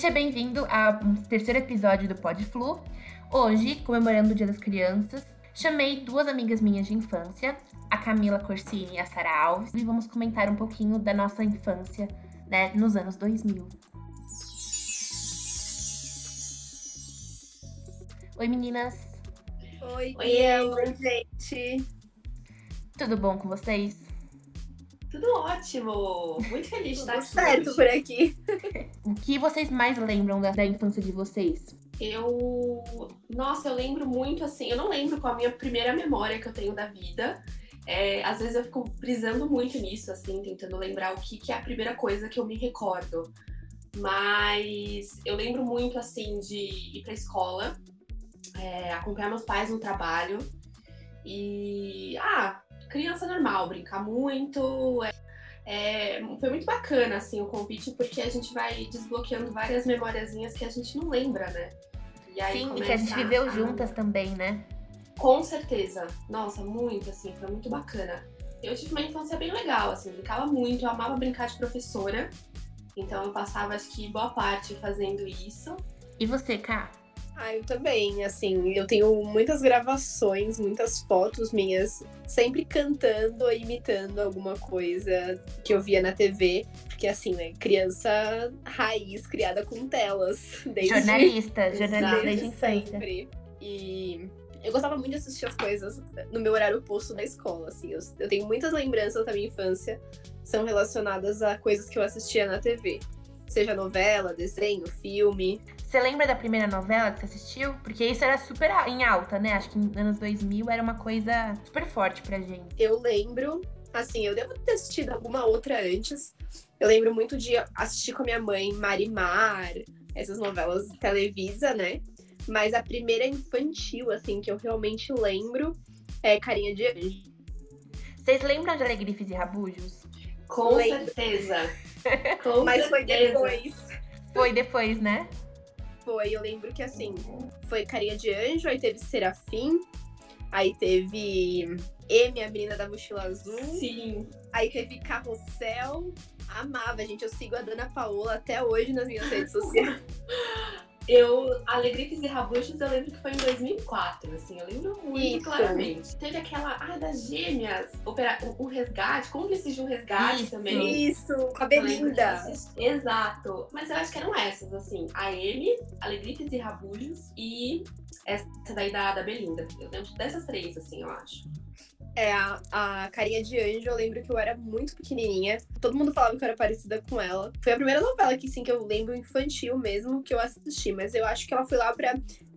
Seja bem-vindo ao terceiro episódio do Pod Flu. Hoje, comemorando o Dia das Crianças, chamei duas amigas minhas de infância, a Camila Corsini e a Sara Alves, e vamos comentar um pouquinho da nossa infância, né, nos anos 2000. Oi, meninas! Oi, gente! Tudo bom com vocês? Tudo ótimo! Muito feliz de estar aqui. Tudo certo hoje. por aqui. O que vocês mais lembram da infância de vocês? Eu lembro muito assim, eu não lembro qual a minha primeira memória que eu tenho da vida. Às vezes eu fico brisando muito nisso, assim, tentando lembrar o que é a primeira coisa que eu me recordo. Mas eu lembro muito, assim, de ir pra escola, acompanhar meus pais no trabalho e... criança normal, brincar muito. Foi muito bacana, assim, o convite, porque a gente vai desbloqueando várias memoriazinhas que a gente não lembra, né? E aí Sim, e que a gente viveu juntas também, né? Com certeza. Nossa, muito, assim, foi muito bacana. Eu tive uma infância bem legal, assim, brincava muito, eu amava brincar de professora. Então eu passava, acho que, boa parte fazendo isso. E você, Ká? Eu também, assim, eu tenho muitas gravações, muitas fotos minhas, sempre cantando ou imitando alguma coisa que eu via na TV, porque assim, né, criança raiz, criada com telas, Jornalista desde infância. sempre. E eu gostava muito de assistir as coisas no meu horário oposto da escola, assim, eu tenho muitas lembranças da minha infância, são relacionadas a coisas que eu assistia na TV. Seja novela, desenho, filme. Você lembra da primeira novela que você assistiu? Porque isso era super em alta, né? Acho que nos anos 2000 era uma coisa super forte pra gente. Eu lembro, assim, eu devo ter assistido alguma outra antes. Eu lembro muito de assistir com a minha mãe Marimar, essas novelas Televisa, né? Mas a primeira infantil, assim, que eu realmente lembro é Carinha de Anjo. Vocês lembram de Alegrifes e Rabujos? Com certeza. Mas foi depois. Foi depois, né? Foi, eu lembro que assim, foi Carinha de Anjo, aí teve Serafim, aí teve M, a menina da mochila azul. Sim. Aí teve Carrossel. Amava, gente. Eu sigo a Dana Paola até hoje nas minhas redes sociais. Alegrifes e Rabujos, eu lembro que foi em 2004, assim, eu lembro muito claramente. Teve aquela, das gêmeas, o resgate, cúmplices de um resgate também. Isso, com a Belinda. Exato, mas eu acho que eram essas, assim, a M, Alegrifes e Rabujos e essa daí da Belinda. Eu lembro dessas três, assim, eu acho. A Carinha de Anjo, eu lembro que eu era muito pequenininha. Todo mundo falava que eu era parecida com ela. Foi a primeira novela que, sim, que eu lembro infantil mesmo, que eu assisti. Mas eu acho que ela foi lá pra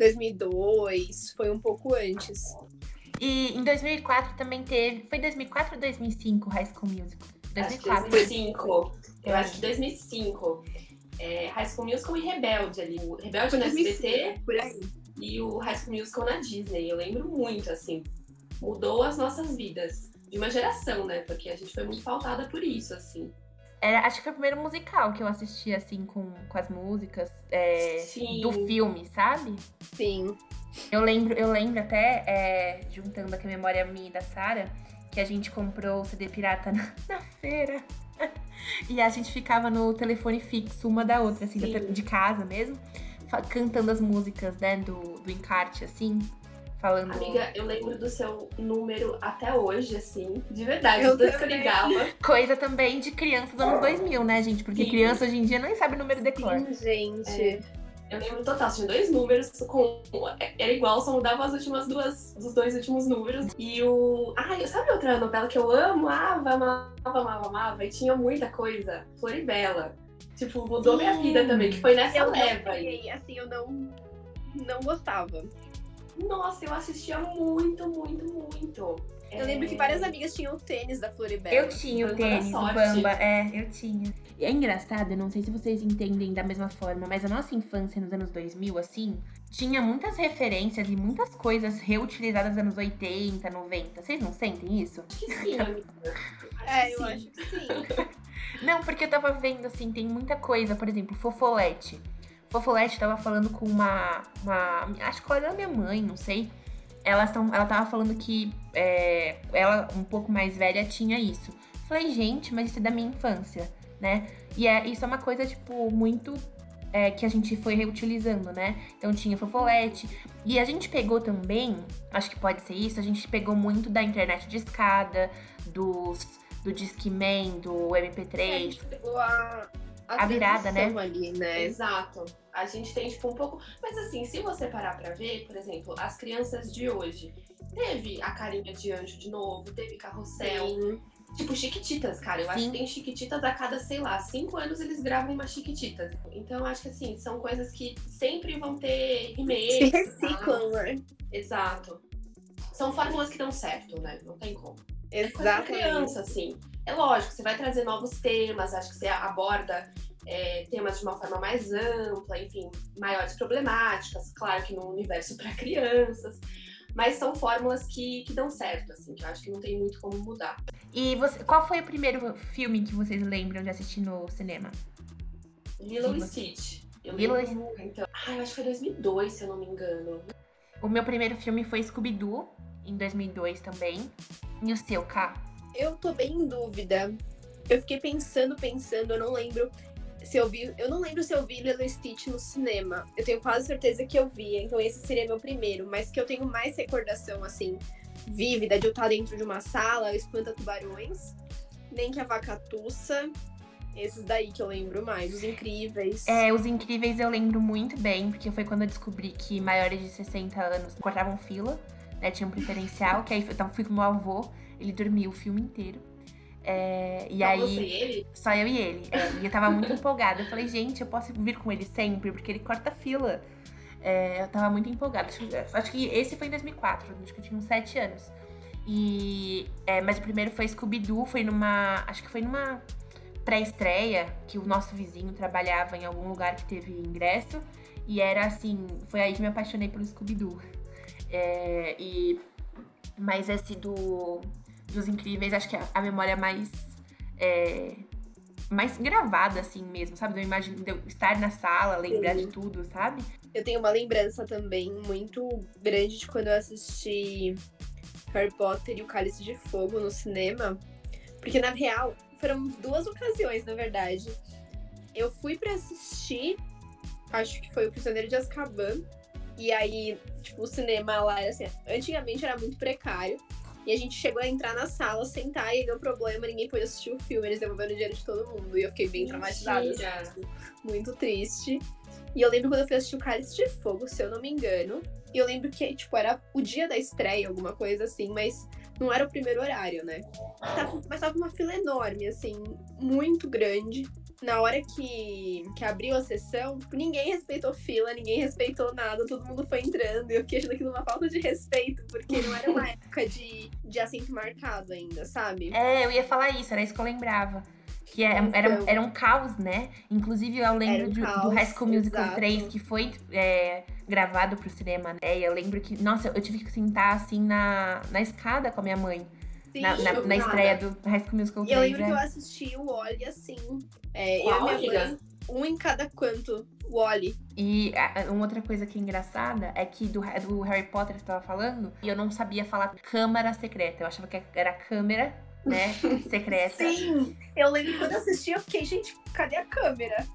2002, foi um pouco antes. E em 2004 também teve... Foi 2004 ou 2005 High School Musical? 2004. 2005. Eu acho que 2005. High School Musical e Rebelde ali. O Rebelde no SBT por aí. E o High School Musical na Disney. Eu lembro muito, assim. Mudou as nossas vidas. De uma geração, né? Porque a gente foi muito pautada por isso, assim. Acho que foi o primeiro musical que eu assisti, assim, com as músicas do filme, sabe? Sim. Eu lembro até, juntando aqui a memória minha e da Sara, que a gente comprou o CD pirata na feira. E a gente ficava no telefone fixo, uma da outra, assim, de casa mesmo, cantando as músicas, né, do encarte, assim. Falando... Amiga, eu lembro do seu número até hoje, assim, de verdade, eu tanto que eu ligava. Coisa também de criança dos anos 2000, né, gente? Porque criança hoje em dia nem sabe o número de cor. Sim, gente. Eu lembro total, tinha 2 números, era igual, só mudava os 2 últimos números. E sabe outra novela que eu amava, e tinha muita coisa? Floribela. Tipo, mudou minha vida também, que foi nessa leva aí. Assim, eu não gostava. Nossa, eu assistia muito. Eu lembro que várias amigas tinham o tênis da Floribela. Eu tinha o tênis, o Bamba, eu tinha. E é engraçado, eu não sei se vocês entendem da mesma forma, mas a nossa infância nos anos 2000, assim, tinha muitas referências e muitas coisas reutilizadas nos anos 80, 90. Vocês não sentem isso? Acho que sim, amiga. Eu acho que sim. Não, porque eu tava vendo, assim, tem muita coisa, por exemplo, Fofolete. Fofolete tava falando com uma acho que era minha mãe, não sei. Ela tava falando que ela, um pouco mais velha, tinha isso. Falei, gente, mas isso é da minha infância, né? E isso é uma coisa, tipo, muito que a gente foi reutilizando, né? Então tinha Fofolete. E a gente pegou também, acho que pode ser isso, a gente pegou muito da internet de escada, do Discman, do MP3. A gente pegou A virada, né? ali, né? Exato. A gente tem, tipo, um pouco... Mas assim, se você parar pra ver, por exemplo, as crianças de hoje, teve a carinha de anjo de novo, teve carrossel. Sim. Tipo, Chiquititas, cara. Eu acho que tem Chiquititas a cada, sei lá, 5 anos eles gravam uma Chiquititas. Então, eu acho que, assim, são coisas que sempre vão ter remake. Se reciclam, né? Exato. São fórmulas que dão certo, né? Não tem como. Exato. Pra criança, assim. É lógico, você vai trazer novos temas, acho que você aborda temas de uma forma mais ampla, enfim, maiores problemáticas, claro que num universo para crianças, mas são fórmulas que dão certo, assim, que eu acho que não tem muito como mudar. E qual foi o primeiro filme que vocês lembram de assistir no cinema? Lilo e Stitch. Eu Lilo lembro muito. Eu acho que foi 2002, se eu não me engano. O meu primeiro filme foi Scooby-Doo, em 2002 também. E o seu, Ká? Eu tô bem em dúvida. Eu fiquei pensando, eu não lembro se eu vi. Eu não lembro se eu vi Lilo e Stitch no cinema. Eu tenho quase certeza que eu vi, então esse seria meu primeiro, mas que eu tenho mais recordação, assim, vívida de eu estar dentro de uma sala, o Espanta-Tubarões, Nem que a Vaca Tussa. Esses daí que eu lembro mais, Os Incríveis. Os Incríveis eu lembro muito bem, porque foi quando eu descobri que maiores de 60 anos cortavam fila, né? Tinha um preferencial, que aí então fui com meu avô, ele dormiu o filme inteiro. E Só aí, você e ele? Só eu e ele. E eu tava muito empolgada. Eu falei, gente, eu posso vir com ele sempre, porque ele corta fila. Eu tava muito empolgada. Acho que esse foi em 2004, acho que eu tinha uns 7 anos. Mas o primeiro foi Scooby-Doo, acho que foi numa pré-estreia, que o nosso vizinho trabalhava em algum lugar que teve ingresso. E era assim, foi aí que me apaixonei pelo Scooby-Doo. Mas esse dos Incríveis, acho que é a memória mais gravada, assim mesmo, sabe? Eu imagino de eu estar na sala, lembrar de tudo, sabe? Eu tenho uma lembrança também muito grande de quando eu assisti Harry Potter e o Cálice de Fogo no cinema. Porque, na real, foram 2 ocasiões, na verdade. Eu fui pra assistir, acho que foi o Prisioneiro de Azkaban. E aí, tipo, o cinema lá era assim, antigamente era muito precário. E a gente chegou a entrar na sala, sentar, e aí deu problema, ninguém pôde assistir o filme, eles devolveram o dinheiro de todo mundo. E eu fiquei bem traumatizada, assim, muito triste. E eu lembro quando eu fui assistir o Cálice de Fogo, se eu não me engano. E eu lembro que, tipo, era o dia da estreia, alguma coisa assim, mas não era o primeiro horário, né? Mas tava uma fila enorme, assim, muito grande. Na hora que abriu a sessão, ninguém respeitou fila, ninguém respeitou nada, todo mundo foi entrando. E eu fiquei achando aquilo uma falta de respeito, porque não era uma época de assento marcado ainda, sabe? Eu ia falar isso, era isso que eu lembrava. Que era um caos, né? Inclusive, eu lembro do High School Musical 3, que foi gravado pro cinema, né? E eu lembro que, nossa, eu tive que sentar, assim, na escada com a minha mãe. Sim, na estreia do High School Musical 3. E eu lembro que eu assisti o Wall-E assim. Eu e minha mãe, um em cada canto, o Wall-E. E uma outra coisa que é engraçada é que do Harry Potter que você tava falando, e eu não sabia falar câmara secreta. Eu achava que era câmera, né, secreta. Sim, eu lembro que quando eu assisti, eu fiquei, gente, cadê a câmera?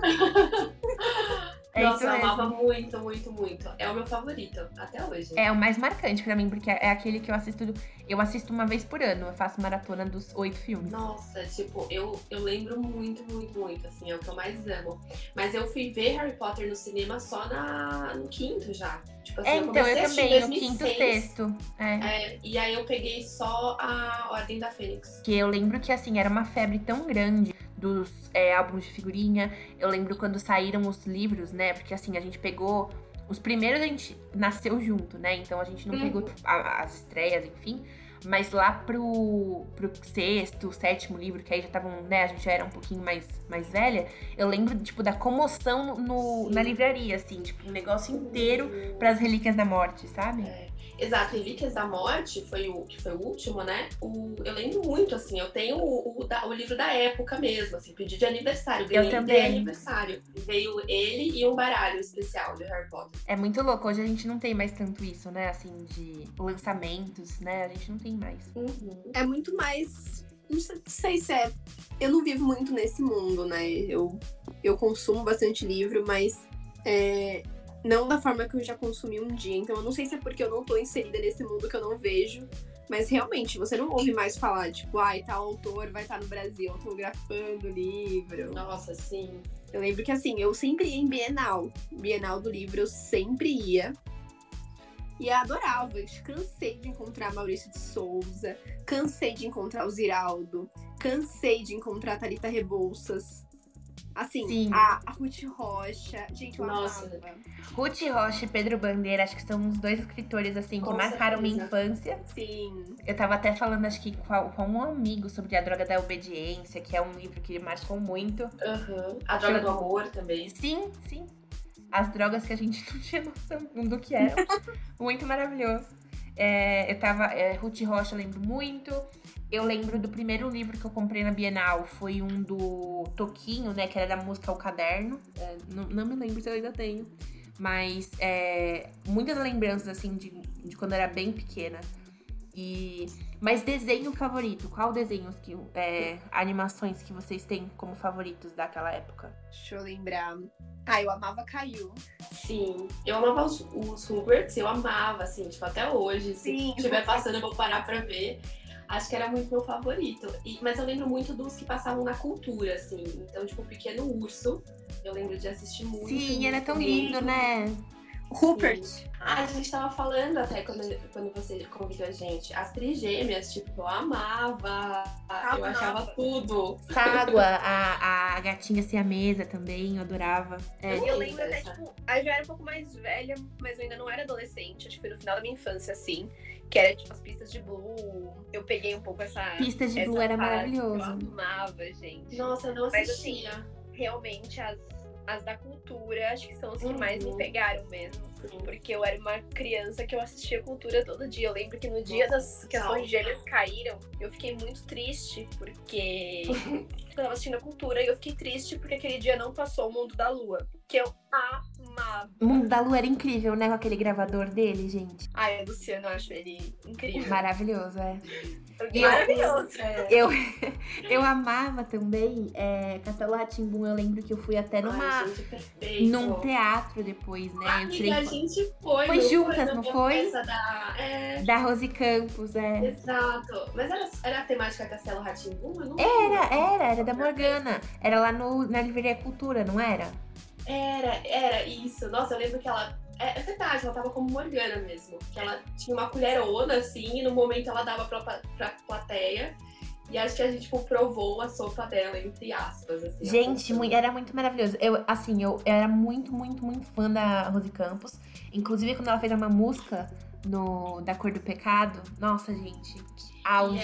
Nossa, eu amava muito, muito, muito. É o meu favorito, até hoje. É o mais marcante pra mim, porque é aquele que eu assisto uma vez por ano. Eu faço maratona dos 8 filmes. Nossa, tipo, eu lembro muito, muito, muito, assim, é o que eu mais amo. Mas eu fui ver Harry Potter no cinema só no 5º já. Tipo assim, então, eu também, no 5º, 6º. E aí eu peguei só a Ordem da Fênix. Que eu lembro que, assim, era uma febre tão grande dos álbuns de figurinha. Eu lembro quando saíram os livros, né? Porque, assim, a gente pegou... Os primeiros a gente nasceu junto, né? Então a gente não pegou as estreias, enfim. Mas lá pro 6º, 7º livro, que aí já estavam, né? A gente já era um pouquinho mais velha. Eu lembro, tipo, da comoção na livraria, assim. Tipo, um negócio inteiro pras Relíquias da Morte, sabe? Exato, Relíquias da Morte foi o último, né? Eu lembro muito, assim, eu tenho o livro da época mesmo, assim, pedi de aniversário. Eu também. De aniversário. Veio ele e um baralho especial de Harry Potter. É muito louco, hoje a gente não tem mais tanto isso, né? Assim, de lançamentos, né? A gente não tem mais. É muito mais não sei se é... Eu não vivo muito nesse mundo, né? Eu consumo bastante livro, mas não da forma que eu já consumi um dia. Então eu não sei se é porque eu não tô inserida nesse mundo que eu não vejo. Mas realmente, você não ouve mais falar, tipo, tal autor vai estar no Brasil autografando o livro. Nossa, sim. Eu lembro que, assim, eu sempre ia em Bienal do livro, eu sempre ia. E eu adorava. Eu cansei de encontrar Maurício de Souza, cansei de encontrar o Ziraldo, cansei de encontrar a Thalita Rebouças. Assim, Sim. a Ruth Rocha. Gente, eu Nossa. amava. Ruth Rocha e Pedro Bandeira, acho que são os dois escritores, assim, que Com marcaram minha certeza. infância. Sim. Eu tava até falando, acho que com um amigo sobre A Droga da Obediência, que é um livro que marcou muito. Uhum. A Droga do Amor também. Sim. As drogas que a gente não tinha noção do que eram. Muito maravilhoso. Ruth Rocha eu lembro muito. Eu lembro do primeiro livro que eu comprei na Bienal, foi um do Toquinho, né, que era da música O Caderno. Não me lembro se eu ainda tenho. Mas muitas lembranças, assim, de quando eu era bem pequena. Mas desenho favorito? Qual desenhos, animações que vocês têm como favoritos daquela época? Deixa eu lembrar. Eu amava Caillou. Sim, eu amava os Rugrats, eu amava, assim, tipo, até hoje. Sim, Se estiver passando, eu vou parar pra ver. Acho que era muito meu favorito. Mas eu lembro muito dos que passavam na cultura, assim. Então, tipo, o Pequeno Urso, eu lembro de assistir muito. Sim, era tão muito. lindo, né? Rupert. A gente tava falando até quando você convidou a gente. As Trigêmeas, tipo, eu amava. Eu achava tudo. Ságua, a gatinha siamesa também, eu adorava. Eu lembro até, tipo, eu já era um pouco mais velha, mas eu ainda não era adolescente. Acho que foi no final da minha infância, assim. Que era, tipo, as pistas de Blue. Eu peguei um pouco essa... Pistas de Blue era maravilhoso. Eu amava, gente. Nossa, eu não assistia. Mas, assim, realmente, as da cultura, acho que são as que mais me pegaram mesmo. Sim. Porque eu era uma criança que eu assistia cultura todo dia. Eu lembro que no dia que as Torres Gêmeas caíram, eu fiquei muito triste, porque eu tava assistindo a cultura e eu fiquei triste porque aquele dia não passou o Mundo da Lua, que eu amava. O Mundo da Lua era incrível, né? Com aquele gravador dele, gente. O Luciano, eu acho ele incrível. Maravilhoso, Maravilhoso. Eu amava também Castelo Rá-Tim-Bum. Eu lembro que eu fui até num teatro depois, né? A gente foi juntas, não foi? Da Rose Campos, Exato. Mas era a temática Castelo Rá-Tim-Bum? Era da Morgana. Era lá na Livraria Cultura, não era? Era isso. Nossa, eu lembro que ela... É verdade, ela tava como Morgana mesmo. Que ela tinha uma colherona, assim, e no momento ela dava pra plateia. E acho que a gente, tipo, provou a sopa dela, entre aspas, assim. Gente, era muito maravilhoso. Eu era muito, muito, muito fã da Rose Campos. Inclusive, quando ela fez uma música da Cor do Pecado. Nossa, gente, que auge.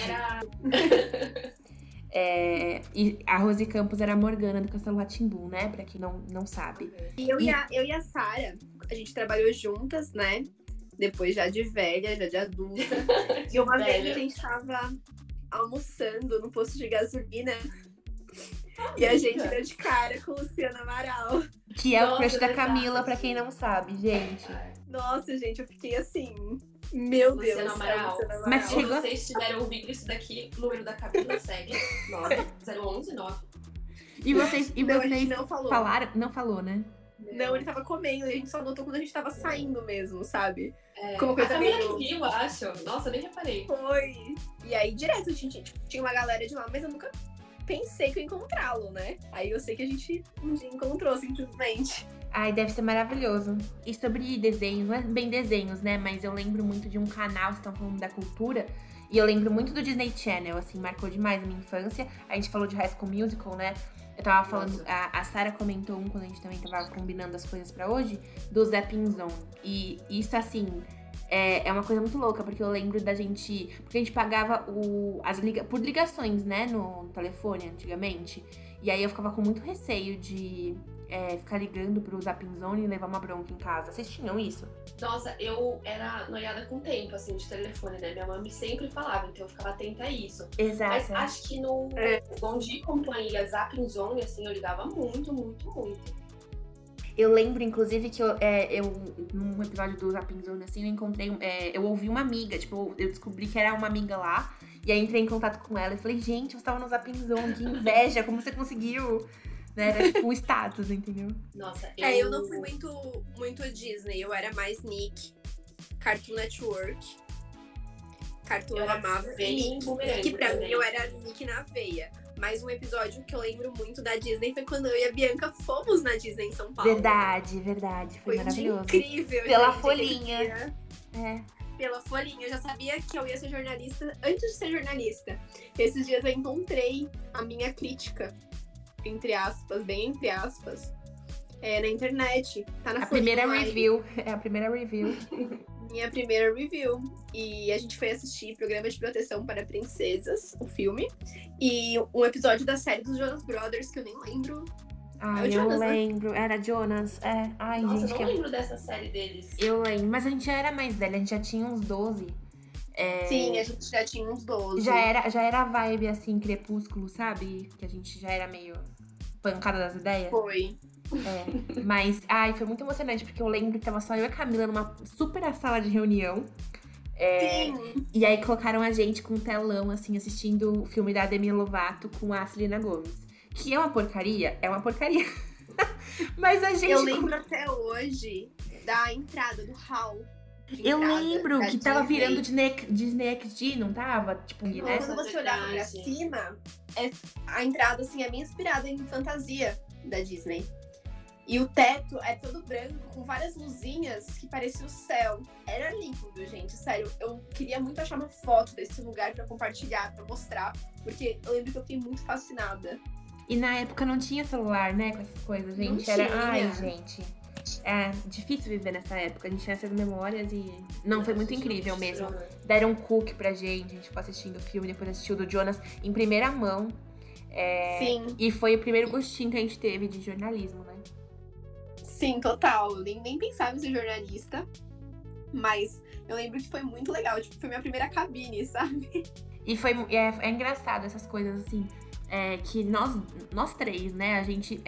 E a Rose Campos era a Morgana do Castelo Rá-Tim-Bum, né? Pra quem não sabe. E eu e a Sara, a gente trabalhou juntas, né? Depois já de velha, já de adulta. E uma vez a gente tava almoçando no posto de gasolina e a gente deu de cara com o Luciano Amaral. Que é o crush da Camila, pra quem não sabe, gente. Nossa, gente, eu fiquei assim... Meu Luciano Deus, Amaral. Mas se vocês tiverem ouvido isso daqui, o número da Camila segue 011 9. E vocês não falou. Falaram? Não falou, né? Não, ele tava comendo, a gente só notou quando a gente tava saindo mesmo, sabe? Como coisa a Camila que viu, acho. Nossa, eu nem reparei. Foi. E aí, direto, tinha uma galera de lá, mas eu nunca pensei que eu ia encontrá-lo, né? Aí eu sei que a gente um dia encontrou, simplesmente. Ai, deve ser maravilhoso. E sobre desenhos, não é bem desenhos, né? Mas eu lembro muito de um canal, vocês estão falando da cultura. E eu lembro muito do Disney Channel, assim, marcou demais a minha infância. A gente falou de High School Musical, né? Eu tava falando, a Sarah comentou quando a gente também tava combinando as coisas pra hoje, do Zapping Zone. E isso, assim, é uma coisa muito louca, porque eu lembro da gente... Porque a gente pagava por ligações, né, no telefone, antigamente. E aí eu ficava com muito receio de ficar ligando pro Zapping Zone e levar uma bronca em casa. Vocês tinham isso? Nossa, eu era noiada com tempo, assim, de telefone, né? Minha mãe sempre falava, então eu ficava atenta a isso. Exato. Mas acho que no Bom Dia e Companhia, Zapping Zone, assim, eu ligava muito, muito, muito. Eu lembro, inclusive, que num episódio do Zapping Zone, assim, eu ouvi uma amiga, tipo, eu descobri que era uma amiga lá, E aí entrei em contato com ela e falei, gente, você tava no Zappingzone, que inveja, como você conseguiu? Né? Era tipo o status, entendeu? Nossa, Eu não fui muito Disney, eu era mais Nick, Cartoon Network. Cartoon eu amava. Bem Nick pra mim, eu era Nick na veia. Mas um episódio que eu lembro muito da Disney foi quando eu e a Bianca fomos na Disney em São Paulo. Verdade. Foi maravilhoso. Incrível. Pela gente, folhinha. Pela folhinha. Eu já sabia que eu ia ser jornalista antes de ser jornalista. Esses dias eu encontrei a minha crítica, entre aspas, bem entre aspas, na internet. Tá na A folhinha primeira online. review. É a primeira review. Minha primeira review. E a gente foi assistir Programa de Proteção para Princesas, o filme. E um episódio da série dos Jonas Brothers, que eu nem lembro. Ai, eu Jonas, né? lembro. Era Jonas. Ai, Nossa, gente. eu não lembro dessa série deles. Eu lembro. Mas a gente já era mais velha, a gente já tinha uns 12. Sim, a gente já tinha uns 12. Já era a vibe, assim, crepúsculo, sabe? Que a gente já era meio pancada das ideias. Foi. Mas, foi muito emocionante, porque eu lembro que tava só eu e a Camila numa super sala de reunião. Sim. E aí colocaram a gente com um telão, assim, assistindo o filme da Demi Lovato com a Selena Gomez. Que é uma porcaria? É uma porcaria. Mas a gente... Eu lembro até hoje da entrada do hall. Eu lembro que tava Disney. virando Disney XD, não tava? Tipo, né? Quando você olhava pra cima, a entrada, assim, é bem inspirada em fantasia da Disney. E o teto é todo branco, com várias luzinhas que parecia o céu. Era lindo, gente, sério. Eu queria muito achar uma foto desse lugar pra compartilhar, pra mostrar. Porque eu lembro que eu fiquei muito fascinada. E na época não tinha celular, né, com essas coisas, gente. Não tinha. Ai, gente. É difícil viver nessa época. A gente tinha essas memórias e... Não, foi muito incrível mesmo. Deram um cookie pra gente, a gente ficou assistindo o filme, depois assistiu o do Jonas em primeira mão. Sim. E foi o primeiro gostinho que a gente teve de jornalismo, né? Sim, total. Eu nem pensava em ser jornalista. Mas eu lembro que foi muito legal. Tipo, foi minha primeira cabine, sabe? E foi engraçado essas coisas, assim, que nós três, né, a gente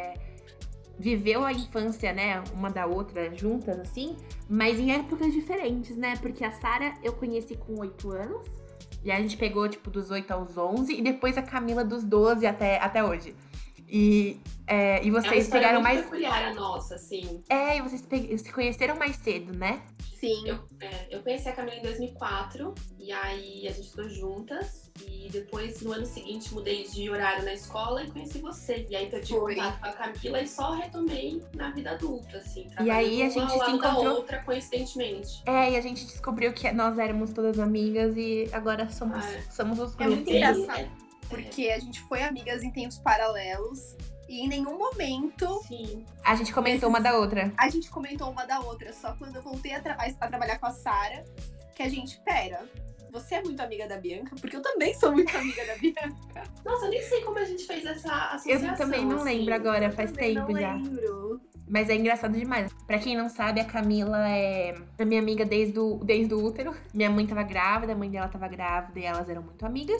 viveu a infância, né, uma da outra juntas, assim, mas em épocas diferentes, né, porque a Sarah eu conheci com 8 anos, e a gente pegou, tipo, dos 8 aos 11, e depois a Camila dos 12 até hoje. E vocês pegaram mais... É uma peculiar a nossa, assim. E vocês se conheceram mais cedo, né? Sim. Eu conheci a Camila em 2004, e aí a gente estudou juntas, e depois, no ano seguinte, mudei de horário na escola e conheci você. E aí perdi contato com a Camila e só retomei na vida adulta, assim. E aí a gente se encontrou... da outra, coincidentemente. E a gente descobriu que nós éramos todas amigas e agora somos os grupos. É muito engraçado, porque a gente foi amigas em tempos paralelos. E em nenhum momento... Sim. A gente comentou uma da outra. A gente comentou uma da outra. Só quando eu voltei a trabalhar com a Sarah, que a gente, você é muito amiga da Bianca? Porque eu também sou muito amiga da Bianca. Nossa, eu nem sei como a gente fez essa associação. Eu também não lembro agora, faz tempo não já. Lembro. Mas é engraçado demais. Pra quem não sabe, a Camila é minha amiga desde o útero. Minha mãe tava grávida, a mãe dela tava grávida e elas eram muito amigas.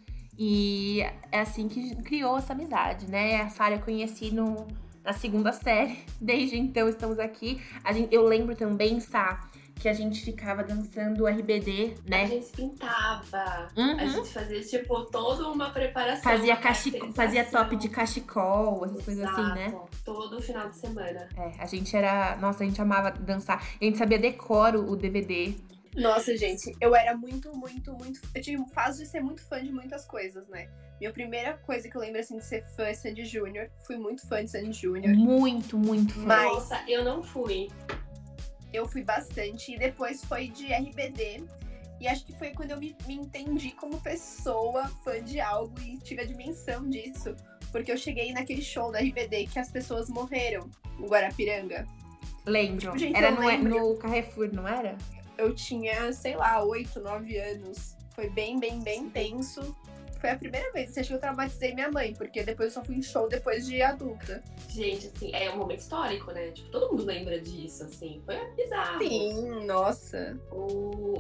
E é assim que criou essa amizade, né? A Sarah eu conheci na segunda série. Desde então estamos aqui. Eu lembro também, Sá, que a gente ficava dançando RBD, né? A gente pintava. A gente fazia, tipo, toda uma preparação. Fazia top de cachecol, essas coisas assim, né? Todo final de semana. A gente a gente amava dançar. A gente sabia decoro o DVD. Nossa, gente, eu era muito... Eu tive fase de ser muito fã de muitas coisas, né? Minha primeira coisa que eu lembro, assim, de ser fã é Sandy Júnior. Fui muito fã de Sandy Júnior. Muito, muito fã. Mas nossa, eu não fui. Eu fui bastante. E depois foi de RBD. E acho que foi quando eu me entendi como pessoa fã de algo e tive a dimensão disso. Porque eu cheguei naquele show da RBD que as pessoas morreram no Guarapiranga. Lembro. Tipo, gente, era lembro. No Carrefour, não era? Eu tinha, sei lá, 8, 9 anos. Foi bem tenso. Foi a primeira vez que eu traumatizei minha mãe, porque depois eu só fui em show depois de adulta. Gente, assim, é um momento histórico, né? Tipo, todo mundo lembra disso, assim. Foi bizarro. Sim, nossa. Essa coisa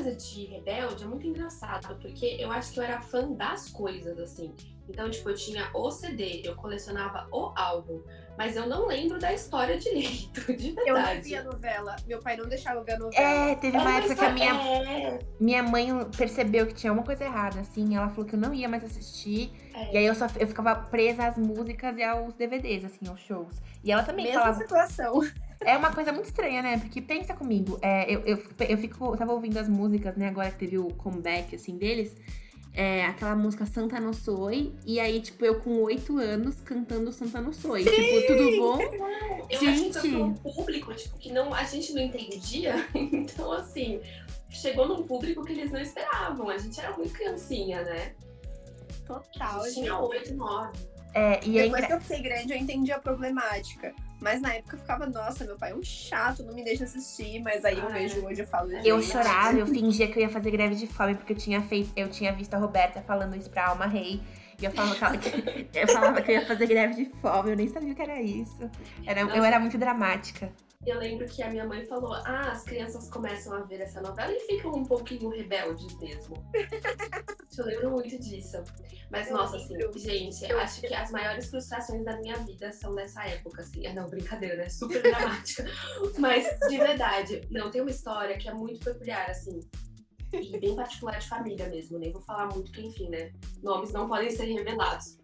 coisa de rebelde é muito engraçado, porque eu acho que eu era fã das coisas, assim. Então, tipo, eu tinha o CD, eu colecionava o álbum, mas eu não lembro da história direito, de Eu não verdade. via novela. Meu pai não deixava eu ver a novela. Teve uma época que a É, minha mãe percebeu que tinha uma coisa errada, assim. Ela falou que eu não ia mais assistir. E aí eu ficava presa às músicas e aos DVDs, assim, aos shows. E ela também Mesma falava. situação. É uma coisa muito estranha, né? Porque pensa comigo, eu tava ouvindo as músicas, né? Agora que teve o comeback, assim, deles. Aquela música Santa No Soy. E aí, tipo, eu com 8 anos cantando Santa No Soy. Sim! Tipo, tudo bom? eu Gente! acho que foi um público, tipo, que não, a gente não entendia. Então, assim, chegou num público que eles não esperavam. A gente era muito criancinha, né? Total, A gente gente. tinha 8, 9. E aí, Depois que eu fiquei grande, eu entendi a problemática. Mas na época eu ficava, nossa, meu pai é um chato, não me deixa assistir. Mas aí eu vejo hoje, eu falo, eu gente, chorava, eu fingia que eu ia fazer greve de fome, porque eu tinha visto a Roberta falando isso pra Alma Rei. E eu falava que eu ia fazer greve de fome, eu nem sabia o que era isso. Eu era muito dramática. Eu lembro que a minha mãe falou, as crianças começam a ver essa novela e ficam um pouquinho rebeldes mesmo. Eu lembro muito disso. Mas, nossa, assim, gente, acho que as maiores frustrações da minha vida são nessa época, assim. Não, brincadeira, né? Super dramática. Mas, de verdade, não, tem uma história que é muito peculiar, assim. E bem particular de família mesmo, nem vou falar muito, porque, enfim, né? Nomes não podem ser revelados.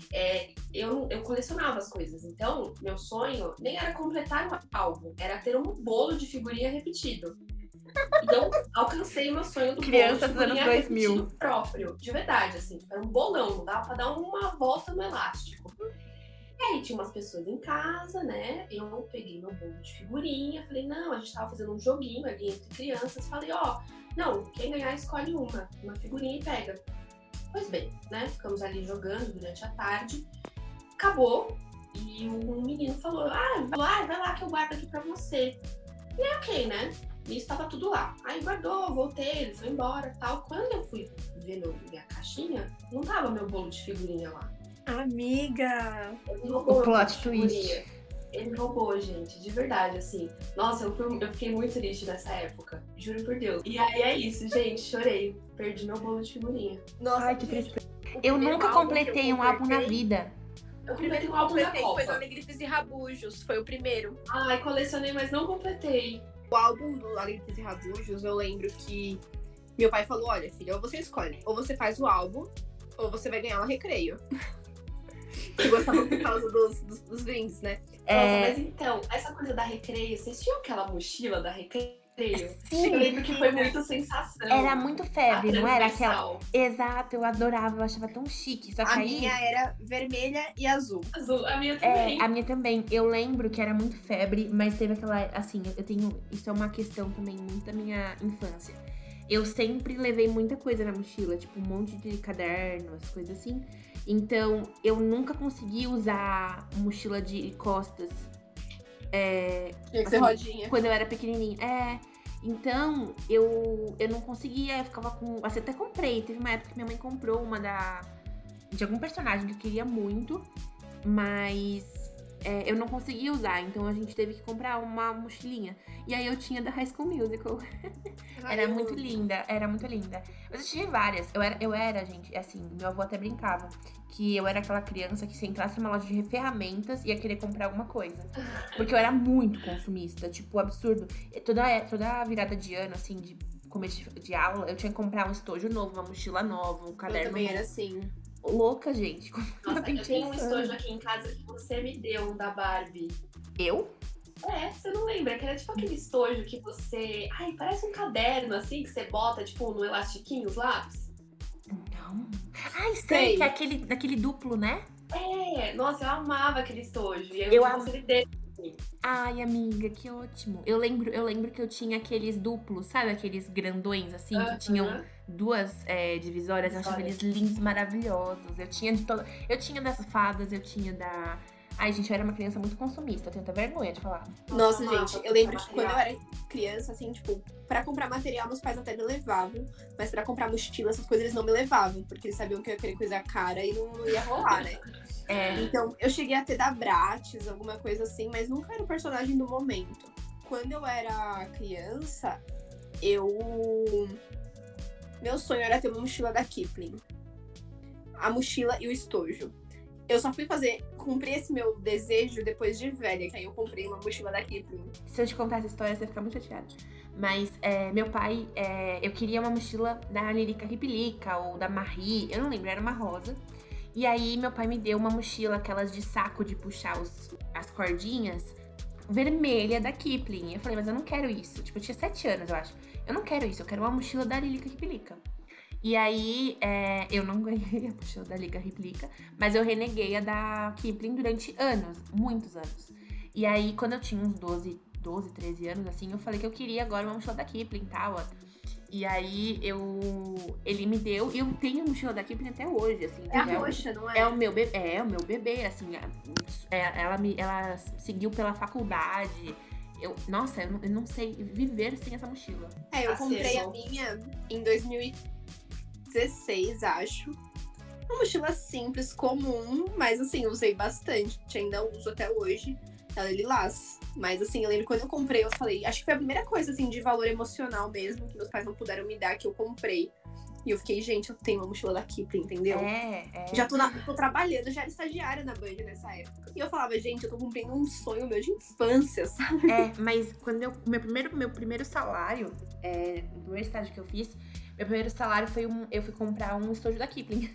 Eu colecionava as coisas, então meu sonho nem era completar um álbum, era ter um bolo de figurinha repetido. Então, alcancei meu sonho do Criança bolo dos de anos figurinha 2000. repetido próprio, de verdade, assim, era um bolão, não dava pra dar uma volta no elástico. E aí tinha umas pessoas em casa, né, eu peguei meu bolo de figurinha, falei, não, a gente tava fazendo um joguinho ali entre crianças, falei, não, quem ganhar escolhe uma figurinha e pega. Pois bem, né? Ficamos ali jogando durante a tarde. Acabou. E um menino falou, vai lá que eu guardo aqui pra você. E aí, ok, né? Nisso tava tudo lá. Aí guardou, voltei, ele foi embora e tal. Quando eu fui ver minha caixinha, não tava meu bolo de figurinha lá. amiga! Ele roubou O meu bolo plot de twist. figurinha. Ele roubou, gente, de verdade, assim. Nossa, eu fiquei muito triste nessa época. Juro por Deus. E aí é isso, gente. Chorei. Perdi meu bolo de figurinha. Nossa, Ai, que tristeza. o Eu primeiro nunca álbum completei que eu um álbum na completei- vida. Eu O primeiro completei um álbum da completei foi do Copa. Alegrifes e Rabujos, foi o primeiro. Ai, colecionei, mas não completei. O álbum do Alegrifes e Rabujos, eu lembro que meu pai falou, olha, filha, ou você escolhe, ou você faz o álbum, ou você vai ganhar um recreio. Eu gostava por causa dos brindes, né? Nossa, mas então, essa coisa da recreio, vocês tinham aquela mochila da recreio? Sim. Eu lembro que foi muito sensação. Era muito febre, não era aquela. Transversal. Exato, eu adorava, eu achava tão chique. Só que A aí. minha era vermelha e azul. Azul, a minha também. A minha também. Eu lembro que era muito febre, mas teve aquela. Assim, eu tenho. Isso é uma questão também muito da minha infância. Eu sempre levei muita coisa na mochila, tipo um monte de cadernos, coisas assim. Então, eu nunca consegui usar mochila de costas. Tinha que ser Assim, rodinha. Quando eu era pequenininha. Então, eu não conseguia, eu ficava com. Assim, até comprei. Teve uma época que minha mãe comprou uma de algum personagem que eu queria muito, mas eu não conseguia usar. Então a gente teve que comprar uma mochilinha. E aí eu tinha da High School Musical. Era muito linda, era muito linda. Mas eu tive várias. Eu era, gente, assim, meu avô até brincava que eu era aquela criança que se entrasse numa loja de ferramentas ia querer comprar alguma coisa. Porque eu era muito consumista, tipo, absurdo. Toda a virada de ano, assim, de começo de aula, eu tinha que comprar um estojo novo, uma mochila nova, um Eu caderno também novo. era assim. Louca, gente. Nossa, eu tenho um estojo aqui em casa que você me deu, da Barbie. Eu? Você não lembra? Que era tipo aquele estojo que você... Ai, parece um caderno, assim, que você bota, tipo, no elastiquinho os lápis. Não. Ai, sei, que é aquele duplo, né? Nossa, eu amava aquele estojo. E Eu você me deu. Ai, amiga, que ótimo. Eu lembro que eu tinha aqueles duplos, sabe? Aqueles grandões, assim, que tinham duas divisórias. Eu achava eles lindos, maravilhosos. Eu tinha de toda. Eu tinha das fadas, eu tinha da. Ai, gente, eu era uma criança muito consumista. Eu tenho até vergonha de falar. Nossa, amava gente, eu lembro que material. quando eu era criança, assim, tipo, pra comprar material, meus pais até me levavam, mas pra comprar mochila, essas coisas eles não me levavam, porque eles sabiam que eu ia querer coisa cara e não ia rolar, né? Então, eu cheguei a ter da Bratz, alguma coisa assim, mas nunca era o personagem do momento. Quando eu era criança, eu Meu sonho era ter uma mochila da Kipling. A mochila e o estojo. Eu só fui cumprir esse meu desejo depois de velha, que aí eu comprei uma mochila da Kipling. Se eu te contar essa história, você vai ficar muito chateada. Mas meu pai, eu queria uma mochila da Lirica Ripilica ou da Marie, eu não lembro, era uma rosa. E aí meu pai me deu uma mochila, aquelas de saco de puxar as cordinhas, vermelha da Kipling. Eu falei, mas eu não quero isso. Tipo, eu tinha 7 anos, eu acho. Eu não quero isso, eu quero uma mochila da Lirica Ripilica. E aí, eu não ganhei a mochila da Liga Replica, mas eu reneguei a da Kipling durante anos, muitos anos. E aí, quando eu tinha uns 12, 13 anos, assim, eu falei que eu queria agora uma mochila da Kipling e tal. E aí, ele me deu, e eu tenho a mochila da Kipling até hoje, assim. É a roxa, não é? É o meu bebê, assim. Ela seguiu pela faculdade. Eu não sei viver sem essa mochila. Eu comprei a minha em 2016, acho. Uma mochila simples, comum, mas assim, eu usei bastante. Ainda uso até hoje. Ela é lilás. Mas assim, eu lembro quando eu comprei, eu falei, acho que foi a primeira coisa assim de valor emocional mesmo, que meus pais não puderam me dar, que eu comprei. E eu fiquei, gente, eu tenho uma mochila da Kipling, entendeu? Já tô trabalhando, já era estagiária na Band nessa época. E eu falava, gente, eu tô cumprindo um sonho meu de infância, sabe? Mas quando meu primeiro salário, no primeiro estágio que eu fiz, meu primeiro salário foi eu fui comprar um estojo da Kipling.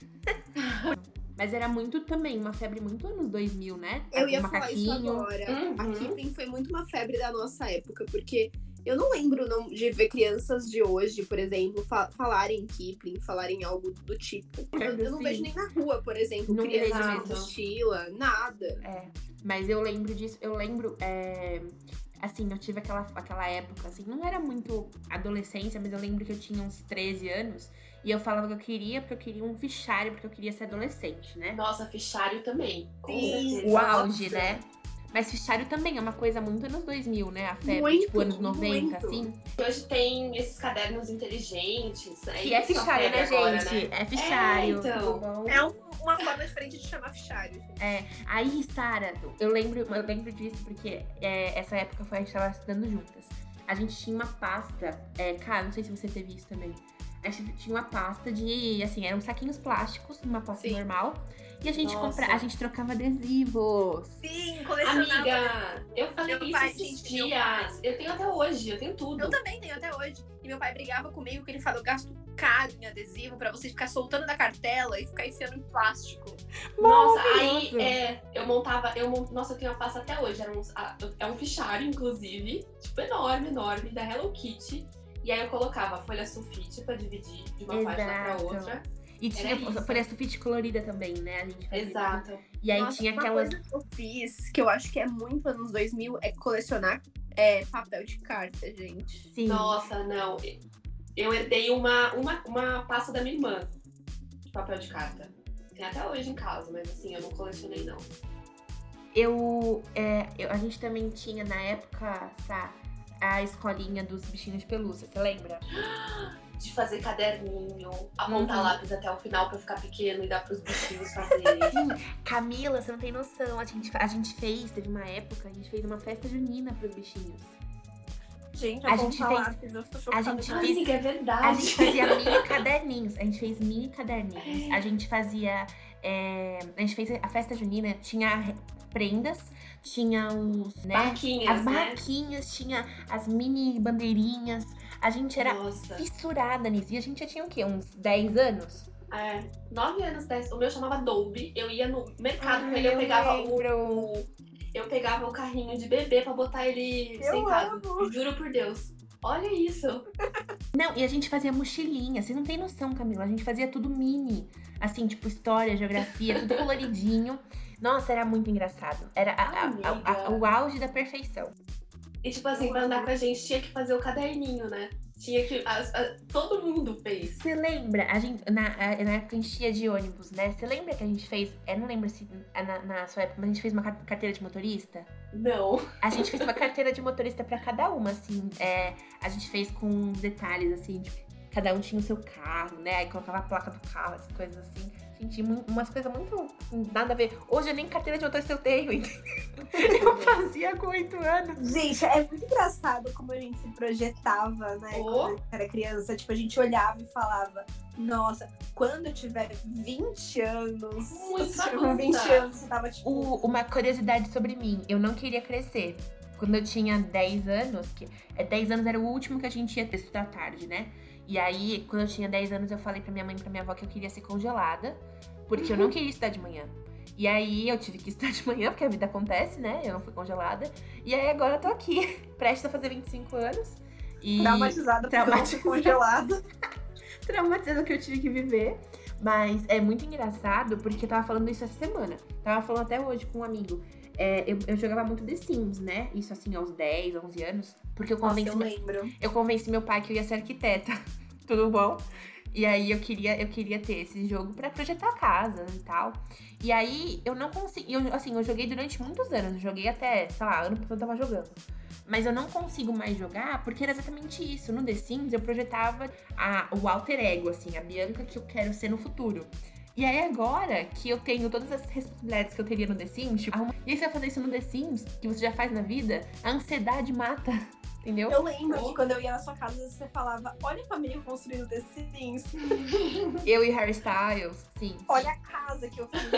Mas era muito também, uma febre muito anos 2000, né? Eu ia falar isso agora. A Kipling foi muito uma febre da nossa época, porque eu não lembro de ver crianças de hoje, por exemplo, falarem Kipling, falarem algo do tipo. Eu não vejo nem na rua, por exemplo, não crianças com mochila, nada. Mas eu lembro disso, assim, eu tive aquela época, assim, não era muito adolescência, mas eu lembro que eu tinha uns 13 anos e eu falava que porque eu queria um fichário, porque eu queria ser adolescente, né? Nossa, fichário também. Sim, o auge, né? Mas fichário também é uma coisa muito anos 2000, né? A febre, tipo, anos 90, assim. Hoje tem esses cadernos inteligentes. Que é fichário, né, agora, gente? né? É fichário. Então. É uma forma diferente de chamar fichário. Gente. Aí, Sara, eu lembro disso porque essa época a gente tava estudando juntas. A gente tinha uma pasta, cara, não sei se você teve isso também. A gente tinha uma pasta de, assim, eram saquinhos plásticos, numa pasta normal. E a gente a gente trocava adesivos. Sim, colecionava. Amiga, eu falei isso esses dias. Eu tenho até hoje, eu tenho tudo. Eu também tenho até hoje. E meu pai brigava comigo que ele falou, eu gasto caro em adesivo pra você ficar soltando da cartela e ficar enfiando em plástico. Nossa, aí eu montava, nossa, eu tenho uma pasta até hoje. É um fichário, inclusive, tipo, enorme, da Hello Kitty. E aí eu colocava folha sulfite pra dividir de uma página pra outra. E tinha folha sulfite colorida também, né? A gente fazia. Exato. E aí tinha aquelas. Uma coisa que eu fiz, que eu acho que é muito anos 2000, é colecionar papel de carta, gente. Sim. Nossa, não. Eu herdei uma pasta da minha irmã de papel de carta. Tem até hoje em casa, mas assim, eu não colecionei, não. A gente também tinha na época, a escolinha dos bichinhos de pelúcia, você lembra? De fazer caderninho, apontar lápis até o final pra ficar pequeno e dar pros bichinhos fazerem. Sim, Camila, você não tem noção. A gente fez, teve uma época, a gente fez uma festa junina pros bichinhos. Gente, a gente fez. Amiga, é verdade. A gente fazia mini caderninhos. A gente fez mini caderninhos. A gente fazia. A gente fez a festa junina, tinha prendas. Tinha as barraquinhas, tinha as mini bandeirinhas. A gente era fissurada nisso. E a gente já tinha o quê? Uns 10 anos? 9 anos, 10. O meu chamava Dolby. Eu ia no mercado com ele, eu pegava o carrinho de bebê pra botar ele sentado. Juro por Deus. Olha isso. Não, e a gente fazia mochilinha. Você não tem noção, Camila. A gente fazia tudo mini. Assim, tipo, história, geografia, tudo coloridinho. Nossa, era muito engraçado. Era o auge da perfeição. E tipo assim, pra andar com a gente tinha que fazer o caderninho, né? Tinha que... todo mundo fez. Você lembra? A gente, na época a gente ia de ônibus, né? Você lembra que a gente fez... Eu não lembro se na sua época, mas a gente fez uma carteira de motorista? Não. A gente fez uma carteira de motorista pra cada uma, assim. A gente fez com detalhes, assim, tipo, cada um tinha o seu carro, né? Aí colocava a placa do carro, essas coisas assim. Gente, umas coisas muito nada a ver. Hoje eu nem carteira de motorista eu tenho, entendeu? Eu fazia com 8 anos. Gente, é muito engraçado como a gente se projetava, né? Quando era criança. Tipo, a gente olhava e falava, nossa, quando eu tiver 20 anos... Muito 20 anos, eu tava tipo... Uma curiosidade sobre mim. Eu não queria crescer. Quando eu tinha 10 anos, 10 anos era o último que a gente ia estudar tarde, né? E aí, quando eu tinha 10 anos, eu falei pra minha mãe e pra minha avó que eu queria ser congelada, porque eu não queria estudar de manhã. E aí, eu tive que estudar de manhã, porque a vida acontece, né? Eu não fui congelada. E aí, agora eu tô aqui, prestes a fazer 25 anos. E traumatizada porque eu não fui congelada. Traumatizada que eu tive que viver. Mas é muito engraçado, porque eu tava falando isso essa semana. Tava falando até hoje com um amigo. Eu jogava muito The Sims, né? Isso assim, aos 10, 11 anos. Porque eu convenci meu pai que eu ia ser arquiteta. Tudo bom? E aí eu queria ter esse jogo pra projetar casa e tal. E aí eu não consegui. Eu joguei durante muitos anos. Eu joguei até, sei lá, ano passado eu tava jogando. Mas eu não consigo mais jogar porque era exatamente isso. No The Sims eu projetava o alter ego, assim, a Bianca que eu quero ser no futuro. E aí agora que eu tenho todas as responsabilidades que eu teria no The Sims, tipo, e aí você vai fazer isso no The Sims, que você já faz na vida, a ansiedade mata, entendeu? Eu lembro que quando eu ia na sua casa, você falava, olha a família construindo The Sims. Eu e Harry Styles, sim. Olha a casa que eu fiz.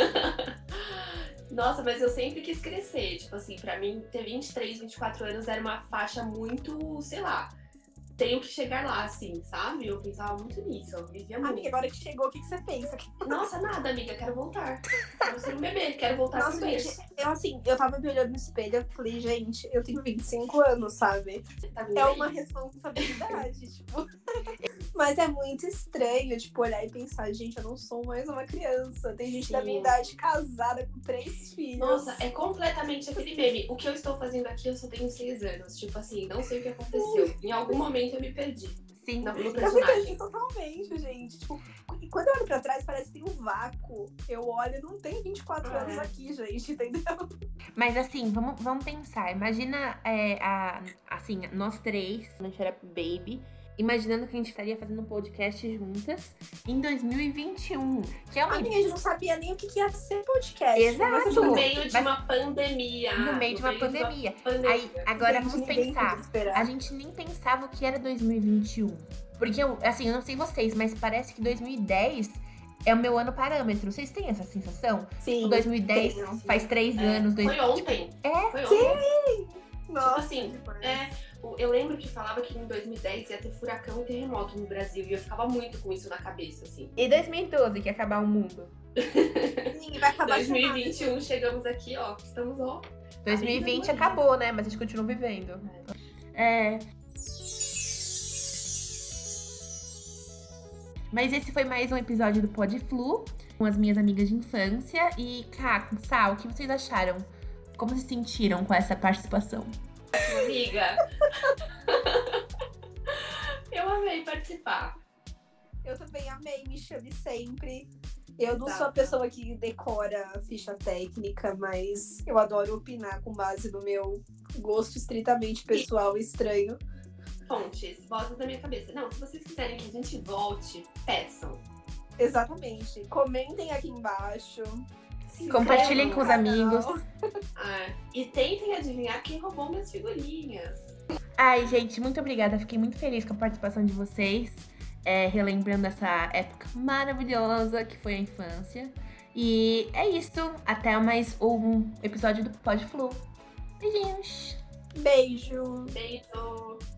Nossa, mas eu sempre quis crescer. Tipo assim, pra mim, ter 23, 24 anos era uma faixa muito, sei lá, tenho que chegar lá, assim, sabe? Eu pensava muito nisso, eu vivia muito. Amiga, agora que chegou, o que você pensa? Nossa, nada, amiga, quero voltar. Quero ser um bebê, quero voltar Nossa, pro gente, eu tava me olhando no espelho e falei, gente, eu tenho 25 anos, sabe? Tá É uma responsabilidade, tipo. Mas é muito estranho, tipo, olhar e pensar, gente, eu não sou mais uma criança. Tem gente da minha idade casada com 3 filhos. Nossa, é completamente aquele meme. O que eu estou fazendo aqui, eu só tenho 6 anos. Tipo assim, não sei o que aconteceu. Em algum momento eu me perdi. Sim. No Eu me personagem. perdi totalmente, gente. Tipo, e quando eu olho pra trás, parece que tem um vácuo. Eu olho e não tem 24 anos aqui, gente, entendeu? Mas assim, vamos pensar. Imagina, assim, nós três, a gente era baby, imaginando que a gente estaria fazendo um podcast juntas em 2021. Que é uma... A gente não sabia nem o que ia ser podcast. Exato. No meio de uma pandemia. No meio de uma pandemia. Aí, agora vamos pensar. A gente nem pensava o que era 2021. Porque, eu não sei vocês, mas parece que 2010 é o meu ano parâmetro. Vocês têm essa sensação? Sim. O 2010 faz 3 anos. Foi ontem. Foi ontem. Sim! Nossa, assim, eu lembro que falava que em 2010 ia ter furacão e terremoto no Brasil. E eu ficava muito com isso na cabeça, assim. E 2012, que ia acabar o mundo. Sim, vai acabar 2021, chegamos aqui, ó. Estamos, ó. 2020 acabou, né? Mas a gente continua vivendo. Mas esse foi mais um episódio do Pod Flu, com as minhas amigas de infância. E, Sal, o que vocês acharam? Como se sentiram com essa participação? Amiga, eu amei participar. Eu também amei, me chame sempre. Eu não sou a pessoa que decora a ficha técnica, mas eu adoro opinar com base no meu gosto estritamente pessoal e estranho. Fontes, vozes da minha cabeça. Não, se vocês quiserem que a gente volte, peçam. Exatamente. Comentem aqui embaixo. Compartilhem com os amigos. E tentem adivinhar quem roubou minhas figurinhas. Ai, gente, muito obrigada. Fiquei muito feliz com a participação de vocês. Relembrando essa época maravilhosa que foi a infância. E é isso. Até mais um episódio do Pod Flu. Beijinhos. Beijo. Beijo.